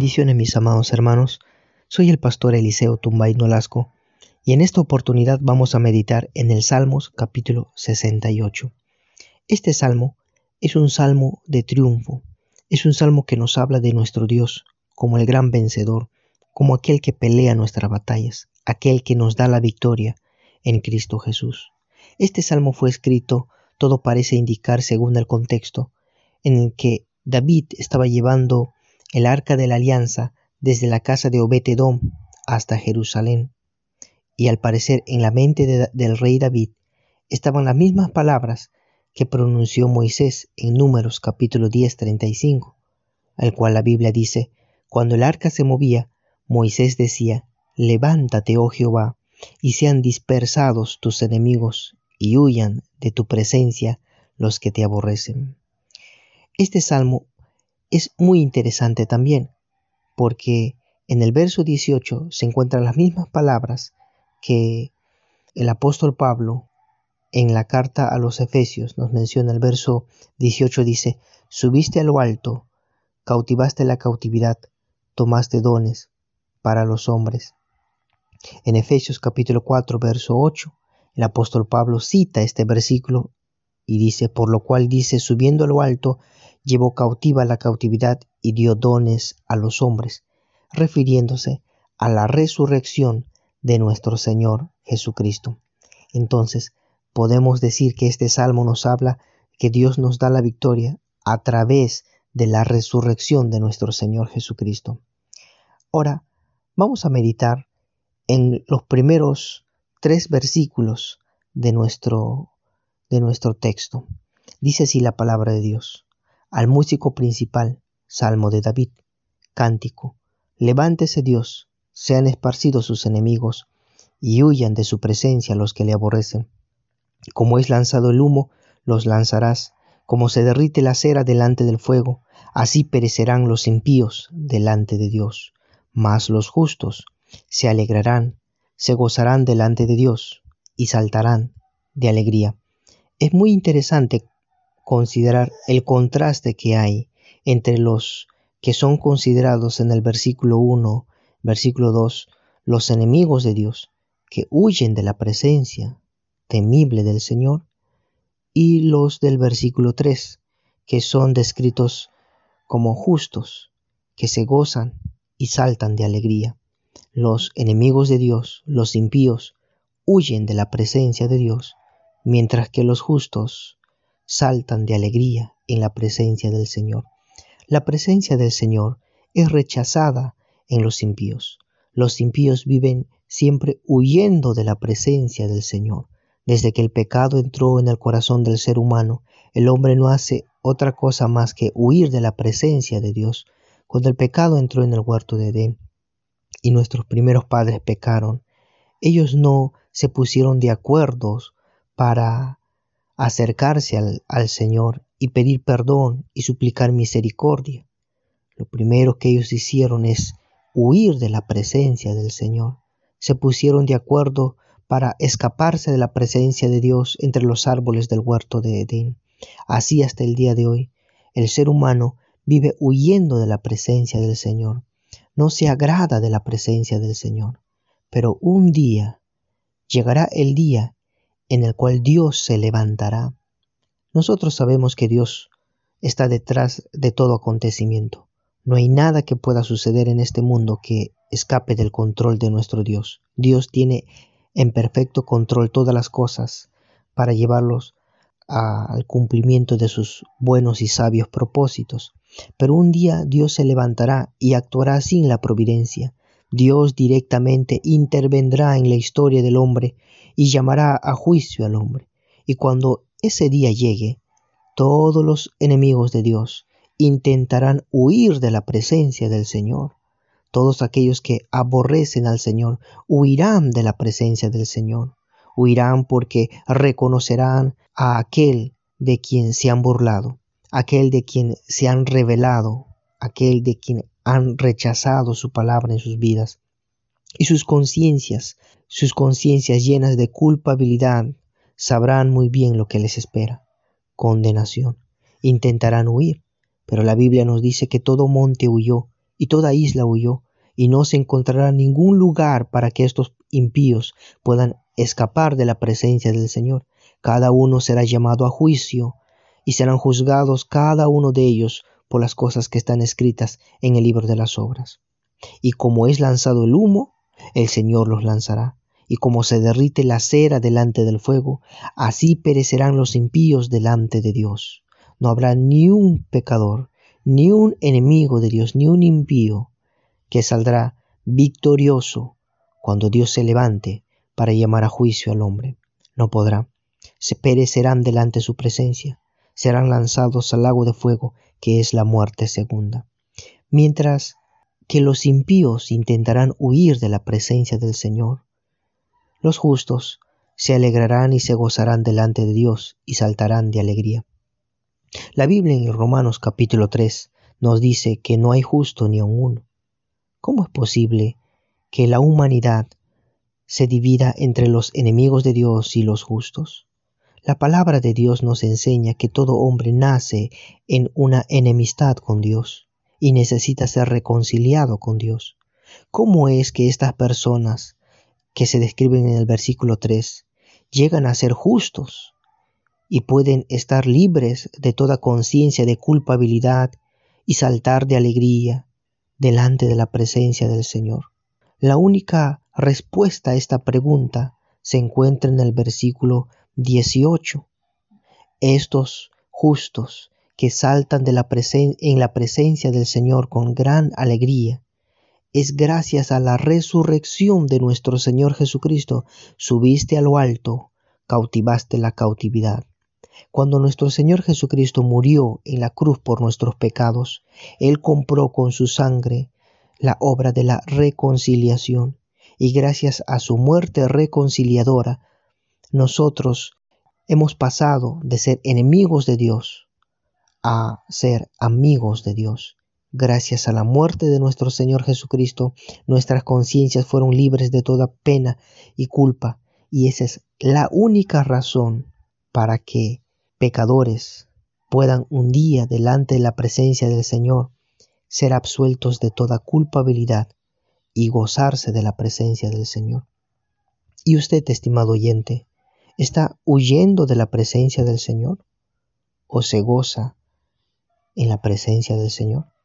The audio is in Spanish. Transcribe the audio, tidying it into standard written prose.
Bendiciones, mis amados hermanos. Soy el pastor Eliseo Tumbay Nolasco y en esta oportunidad vamos a meditar en el Salmos capítulo 68. Este salmo es un salmo de triunfo, es un salmo que nos habla de nuestro Dios como el gran vencedor, como aquel que pelea nuestras batallas, aquel que nos da la victoria en Cristo Jesús. Este salmo fue escrito, todo parece indicar según el contexto, en el que David estaba llevando el arca de la alianza desde la casa de Obed-Edom hasta Jerusalén. Y al parecer en la mente del rey David estaban las mismas palabras que pronunció Moisés en Números capítulo 10:35, al cual la Biblia dice: cuando el arca se movía, Moisés decía: levántate, oh Jehová, y sean dispersados tus enemigos, y huyan de tu presencia los que te aborrecen. Este salmo es muy interesante también, porque en el verso 18 se encuentran las mismas palabras que el apóstol Pablo en la carta a los Efesios nos menciona. El verso 18 dice: subiste a lo alto, cautivaste la cautividad, tomaste dones para los hombres. En Efesios capítulo 4, verso 8, el apóstol Pablo cita este versículo y dice: por lo cual dice, subiendo a lo alto, llevó cautiva la cautividad y dio dones a los hombres, refiriéndose a la resurrección de nuestro Señor Jesucristo. Entonces, podemos decir que este salmo nos habla que Dios nos da la victoria a través de la resurrección de nuestro Señor Jesucristo. Ahora, vamos a meditar en los primeros 3 versículos de nuestro texto. Dice así la palabra de Dios: al músico principal, salmo de David, cántico. Levántese Dios, sean esparcidos sus enemigos, y huyan de su presencia los que le aborrecen. Como es lanzado el humo, los lanzarás, como se derrite la cera delante del fuego, así perecerán los impíos delante de Dios. Mas los justos se alegrarán, se gozarán delante de Dios, y saltarán de alegría. Es muy interesante considerar el contraste que hay entre los que son considerados en el versículo 1, versículo 2, los enemigos de Dios, que huyen de la presencia temible del Señor, y los del versículo 3, que son descritos como justos, que se gozan y saltan de alegría. Los enemigos de Dios, los impíos, huyen de la presencia de Dios, mientras que los justos saltan de alegría en la presencia del Señor. La presencia del Señor es rechazada en los impíos. Los impíos viven siempre huyendo de la presencia del Señor. Desde que el pecado entró en el corazón del ser humano, el hombre no hace otra cosa más que huir de la presencia de Dios. Cuando el pecado entró en el huerto de Edén y nuestros primeros padres pecaron, ellos no se pusieron de acuerdo para acercarse al Señor y pedir perdón y suplicar misericordia. Lo primero que ellos hicieron es huir de la presencia del Señor. Se pusieron de acuerdo para escaparse de la presencia de Dios entre los árboles del huerto de Edén. Así hasta el día de hoy, el ser humano vive huyendo de la presencia del Señor. No se agrada de la presencia del Señor. Pero un día llegará el día en el cual Dios se levantará. Nosotros sabemos que Dios está detrás de todo acontecimiento. No hay nada que pueda suceder en este mundo que escape del control de nuestro Dios. Dios tiene en perfecto control todas las cosas para llevarlos al cumplimiento de sus buenos y sabios propósitos. Pero un día Dios se levantará y actuará sin la providencia. Dios directamente intervendrá en la historia del hombre y llamará a juicio al hombre. Y cuando ese día llegue, todos los enemigos de Dios intentarán huir de la presencia del Señor. Todos aquellos que aborrecen al Señor huirán de la presencia del Señor. Huirán porque reconocerán a aquel de quien se han burlado, aquel de quien se han rebelado, aquel de quien han rechazado su palabra en sus vidas. Y sus conciencias llenas de culpabilidad, sabrán muy bien lo que les espera: condenación. Intentarán huir, pero la Biblia nos dice que todo monte huyó y toda isla huyó, y no se encontrará ningún lugar para que estos impíos puedan escapar de la presencia del Señor. Cada uno será llamado a juicio, y serán juzgados cada uno de ellos por las cosas que están escritas en el libro de las obras. Y como es lanzado el humo, el Señor los lanzará. Y como se derrite la cera delante del fuego, así perecerán los impíos delante de Dios. No habrá ni un pecador, ni un enemigo de Dios, ni un impío que saldrá victorioso cuando Dios se levante para llamar a juicio al hombre. No podrá. Se perecerán delante de su presencia. Serán lanzados al lago de fuego, que es la muerte segunda. Mientras que los impíos intentarán huir de la presencia del Señor, los justos se alegrarán y se gozarán delante de Dios y saltarán de alegría. La Biblia en Romanos capítulo 3 nos dice que no hay justo ni aun uno. ¿Cómo es posible que la humanidad se divida entre los enemigos de Dios y los justos? La palabra de Dios nos enseña que todo hombre nace en una enemistad con Dios y necesita ser reconciliado con Dios. ¿Cómo es que estas personas que se describen en el versículo 3 llegan a ser justos y pueden estar libres de toda conciencia de culpabilidad y saltar de alegría delante de la presencia del Señor? La única respuesta a esta pregunta se encuentra en el versículo 18. Estos justos que saltan en la presencia del Señor con gran alegría, es gracias a la resurrección de nuestro Señor Jesucristo. Subiste a lo alto, cautivaste la cautividad. Cuando nuestro Señor Jesucristo murió en la cruz por nuestros pecados, Él compró con su sangre la obra de la reconciliación, y gracias a su muerte reconciliadora, nosotros hemos pasado de ser enemigos de Dios a ser amigos de Dios. Gracias a la muerte de nuestro Señor Jesucristo, nuestras conciencias fueron libres de toda pena y culpa, y esa es la única razón para que pecadores puedan un día delante de la presencia del Señor ser absueltos de toda culpabilidad y gozarse de la presencia del Señor. ¿Y usted, estimado oyente, está huyendo de la presencia del Señor o se goza en la presencia del Señor?